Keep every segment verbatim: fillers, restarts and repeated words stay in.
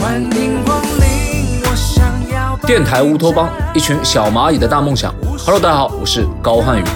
电台乌托邦，一群小蚂蚁的大梦想。Hello， 大家好，我是高瀚宇。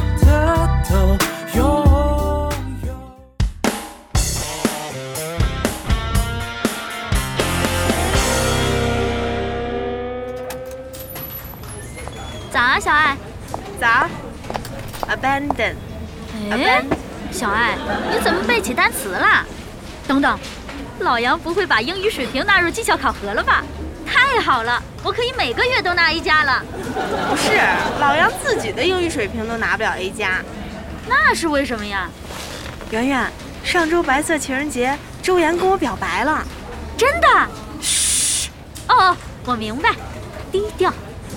早啊，小爱。 早。Abandon。 哎，小爱，你怎么背起单词了？等等，老杨不会把英语水平纳入绩效考核了吧？太好了，我可以每个月都拿 A 加了。 不是，老杨自己的英语水平都拿不了 A 加。 那是为什么呀？ 圆圆，上周白色情人节，周岩跟我表白了。 真的？嘘。哦，我明白，低调。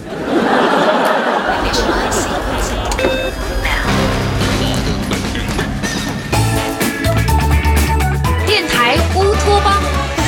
电台乌托邦。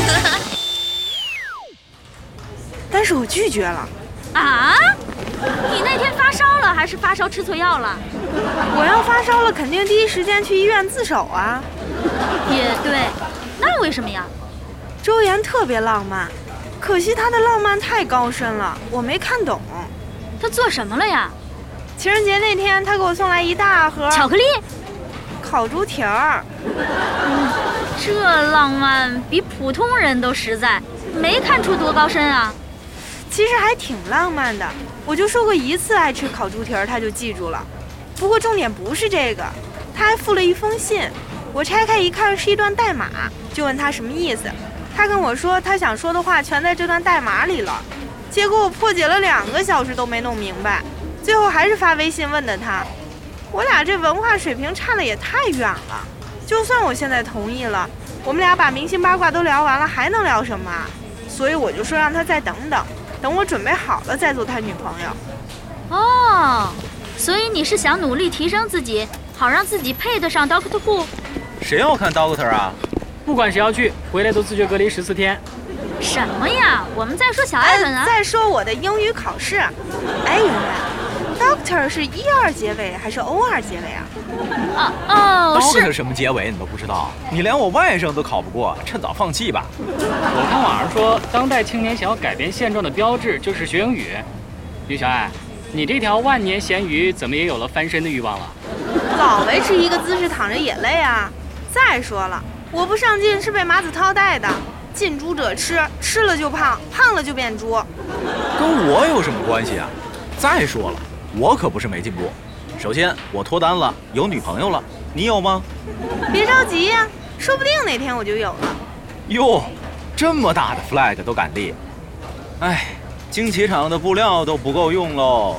但是我拒绝了。 啊？你那天发烧了，还是发烧吃错药了？ 我要发烧了，肯定第一时间去医院自首啊。 也对，那为什么呀？ 周岩特别浪漫，可惜他的浪漫太高深了，我没看懂。 他做什么了呀？ 情人节那天，他给我送来一大盒巧克力、 烤猪蹄儿。 嗯，这浪漫比普通人都实在，没看出多高深啊。 其实还挺浪漫的，我就说过一次爱吃烤猪蹄儿，他就记住了。不过重点不是这个，他还附了一封信，我拆开一看是一段代码，就问他什么意思。他跟我说他想说的话全在这段代码里了，结果我破解了两个小时都没弄明白，最后还是发微信问的他。我俩这文化水平差的也太远了，就算我现在同意了，我们俩把明星八卦都聊完了，还能聊什么啊？所以我就说让他再等等，等我准备好了再做他女朋友。 哦，所以你是想努力提升自己，好让自己配得上 Doctor Who？ 谁要看 Doctor 啊？ 不管谁要去，回来都自觉隔离十四天。 什么呀？我们在说小艾文啊。 再说我的英语考试。哎，圆圆 ，Doctor 是一二结尾还是 O 二结尾啊？ 哦哦，是。 Doctor 什么结尾你都不知道？你连我外甥都考不过，趁早放弃吧。 我看网上说，当代青年想要改变现状的标志就是学英语。吕小爱，你这条万年咸鱼怎么也有了翻身的欲望了？ 老维持一个姿势躺着也累啊。再说了，我不上进是被马子韬带的。近朱者赤，吃了就胖，胖了就变猪。 跟我有什么关系啊？再说了，我可不是没进步。首先，我脱单了，有女朋友了，你有吗？ 别着急呀、啊，说不定哪天我就有了。 哟，这么大的 flag 都敢立，哎，惊奇场的布料都不够用喽。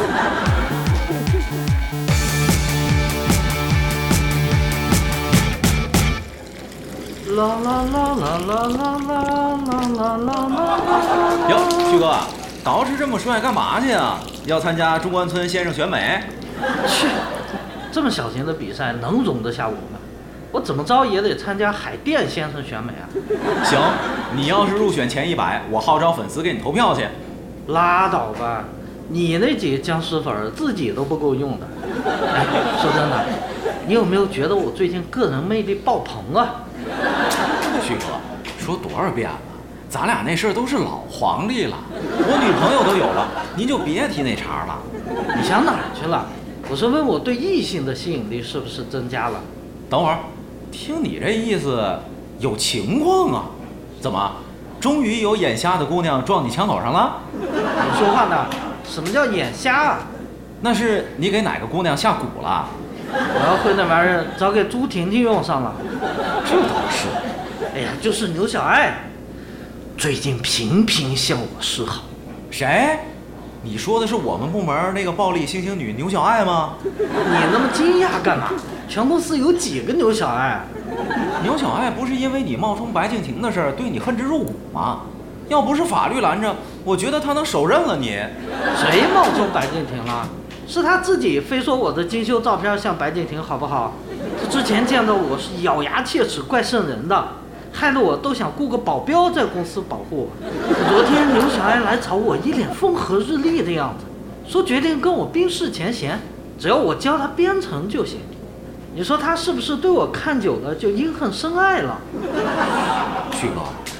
啦啦啦啦啦啦啦啦啦啦！ 哟，旭哥，捯饬这么帅干嘛去啊？要参加中关村先生选美？ 去，这么小型的比赛能容得下我吗？我怎么着也得参加海淀先生选美啊！ 行，你要是入选前一百，我号召粉丝给你投票去。 拉倒吧，你那几个僵尸粉自己都不够用的。哎，说真的，你有没有觉得我最近个人魅力爆棚啊？ 旭哥，说多少遍了，咱俩那事儿都是老黄历了，我女朋友都有了，您就别提那茬了。 你想哪儿去了？我是问我对异性的吸引力是不是增加了？ 等会儿，听你这意思，有情况啊？怎么，终于有眼瞎的姑娘撞你枪口上了？ 你说话呢？什么叫眼瞎啊？ 那是你给哪个姑娘下蛊了？ 我要会那玩意儿，早给朱婷婷用上了。 这倒是。 哎呀，就是牛小爱，最近频频向我示好。 谁？你说的是我们部门那个暴力星星女牛小爱吗？ 你那么惊讶干嘛？全公司有几个牛小爱？ 牛小爱不是因为你冒充白敬亭的事儿对你恨之入骨吗？要不是法律拦着，我觉得他能手刃了你。 谁冒充白敬亭了？是他自己非说我的精修照片像白敬亭，好不好？他之前见到我是咬牙切齿怪瘆人的，害得我都想雇个保镖在公司保护我。昨天牛小爱来找我，一脸风和日丽的样子，说决定跟我冰释前嫌，只要我教他编程就行。你说他是不是对我看久了就因恨生爱了？ 旭哥，我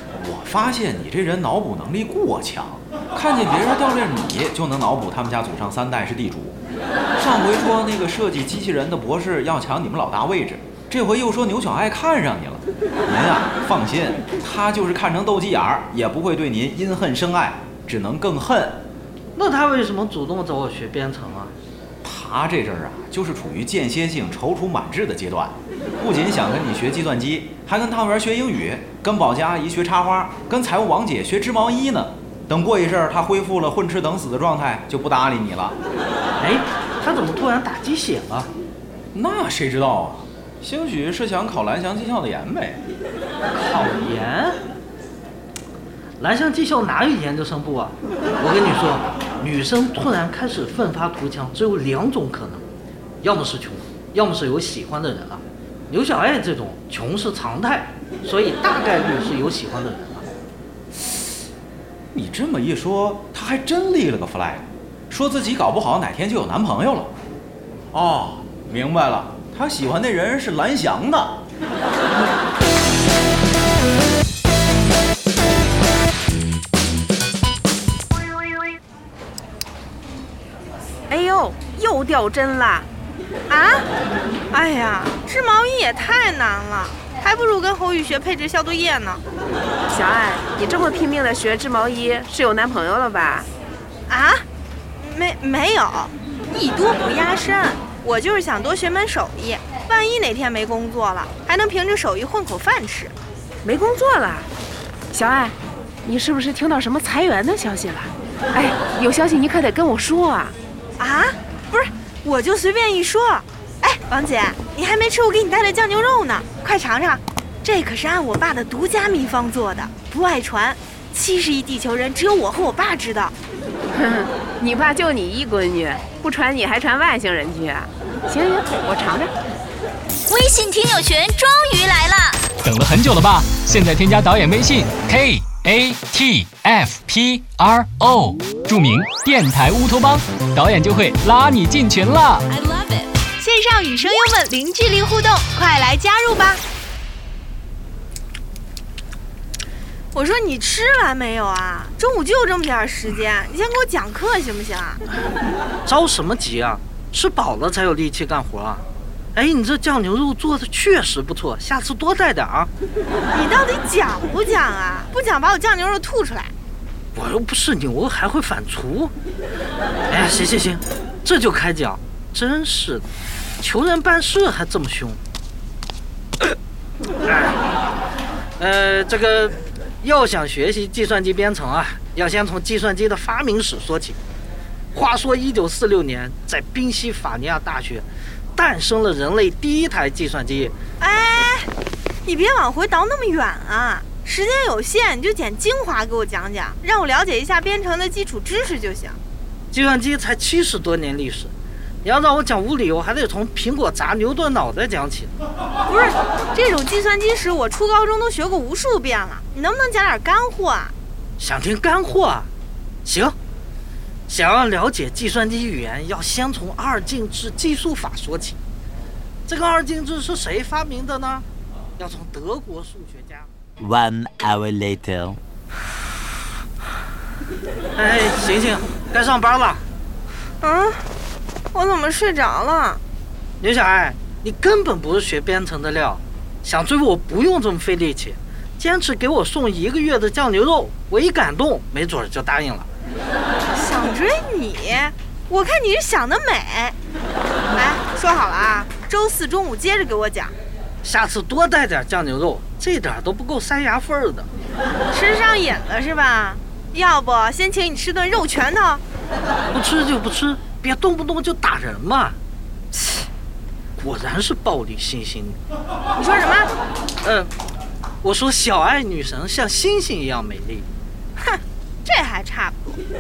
发现你这人脑补能力过强，看见别人掉链米就能脑补他们家祖上三代是地主。上回说那个设计机器人的博士要抢你们老大位置，这回又说牛小爱看上你了。您啊，放心，他就是看成斗鸡眼儿，也不会对您因恨生爱，只能更恨。 那他为什么主动找我学编程啊？ 他这阵儿啊，就是处于间歇性踌躇满志的阶段，不仅想跟你学计算机，还跟汤圆学英语，跟保洁阿姨学插花，跟财务王姐学织毛衣呢。等过一阵儿，他恢复了混吃等死的状态，就不搭理你了。 哎，他怎么突然打鸡血了？ 那谁知道啊？兴许是想考蓝翔技校的研呗。 考研？蓝翔技校哪有研究生部啊？我跟你说，女生突然开始奋发图强，只有两种可能，要么是穷，要么是有喜欢的人了。牛小爱这种穷是常态，所以大概率是有喜欢的人了。 你这么一说，他还真立了个 flag， 说自己搞不好哪天就有男朋友了。哦，明白了，他喜欢那人是蓝翔的。 哎呦，又掉针了！啊？哎呀，织毛衣也太难了，还不如跟侯宇学配置消毒液呢。 小爱，你这么拼命的学织毛衣，是有男朋友了吧？ 啊？没没有，艺多不压身。我就是想多学门手艺，万一哪天没工作了，还能凭着手艺混口饭吃。 没工作了？小爱，你是不是听到什么裁员的消息了？哎，有消息你可得跟我说啊！ 啊？不是，我就随便一说。哎，王姐，你还没吃我给你带的酱牛肉呢，快尝尝。这可是按我爸的独家秘方做的，不外传。七十亿地球人，只有我和我爸知道。 哼哼，你爸就你一闺女，不传你还传外星人去啊？行行，我尝尝。 微信听友群终于来了， 等了很久了吧？现在添加导演微信 K A T F P R O， 注明电台乌托邦，导演就会拉你进群了。 I love it。 线上与声优们零距离互动，快来加入吧！我说你吃完没有啊？中午就这么点时间，你先给我讲课行不行啊？ 着什么急啊？吃饱了才有力气干活啊！哎，你这酱牛肉做的确实不错，下次多带点啊！ 你到底讲不讲啊？不讲把我酱牛肉吐出来！ 我又不是牛，还会反刍。哎呀，行行行，这就开讲，真是的，求人办事还这么凶。呃，这个。要想学习计算机编程啊，要先从计算机的发明史说起。话说一九四六年，在宾夕法尼亚大学诞生了人类第一台计算机。 哎，你别往回倒那么远啊，时间有限，你就捡精华给我讲讲，让我了解一下编程的基础知识就行。 计算机才七十多年历史，你要让我讲物理，我还得从苹果砸牛顿脑袋讲起。 不是，这种计算机史我初高中都学过无数遍了，你能不能讲点干货啊？ 想听干货啊？行，想要了解计算机语言，要先从二进制计数法说起。这个二进制是谁发明的呢？要从德国数学家。 One hour later。 哎，醒醒，该上班了。 嗯，我怎么睡着了？ 刘小爱，你根本不是学编程的料，想追我不用这么费力气，坚持给我送一个月的酱牛肉，我一感动，没准就答应了。 想追你？我看你是想得美。来，说好了啊，周四中午接着给我讲。 下次多带点酱牛肉，这点都不够塞牙缝的。 吃上瘾了是吧？要不先请你吃顿肉拳头？ 不吃就不吃，别动不动就打人嘛。果然是暴力猩猩。 你说什么？ 嗯，我说小爱女神像星星一样美丽。 哼，这还差不多。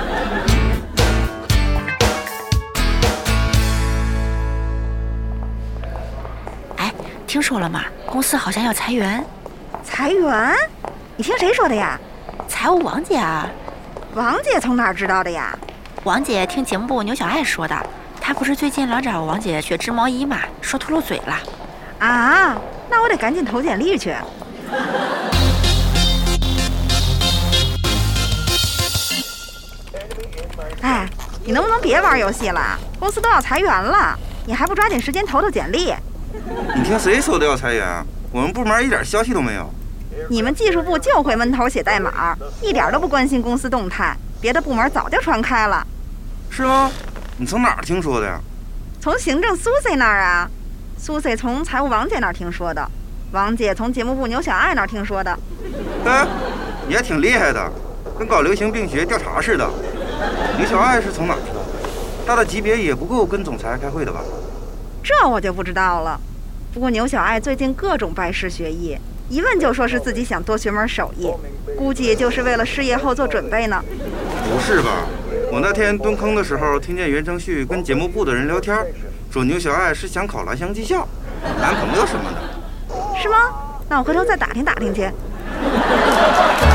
哎，听说了吗？公司好像要裁员。 裁员？你听谁说的呀？ 财务王姐啊。 王姐从哪儿知道的呀？ 王姐听节目部牛小爱说的。她不是最近老找王姐学织毛衣嘛，说秃噜嘴了。 啊，那我得赶紧投简历去。 你能不能别玩游戏了？公司都要裁员了，你还不抓紧时间投投简历？ 你听谁说的要裁员？我们部门一点消息都没有。 你们技术部就会闷头写代码，一点都不关心公司动态，别的部门早就传开了。 是吗？你从哪儿听说的呀？ 从行政苏 C 那儿啊，苏 C 从财务王姐那儿听说的，王姐从节目部牛小爱那儿听说的。 哎，你还挺厉害的，跟搞流行病学调查似的。牛小爱是从哪儿知道的？他的级别也不够跟总裁开会的吧？ 这我就不知道了。不过牛小爱最近各种拜师学艺，一问就说是自己想多学门手艺，估计就是为了事业后做准备呢。 不是吧？我那天蹲坑的时候，听见袁承旭跟节目部的人聊天，说牛小爱是想考蓝翔技校，男朋友什么的。 是吗？那我回头再打听打听去。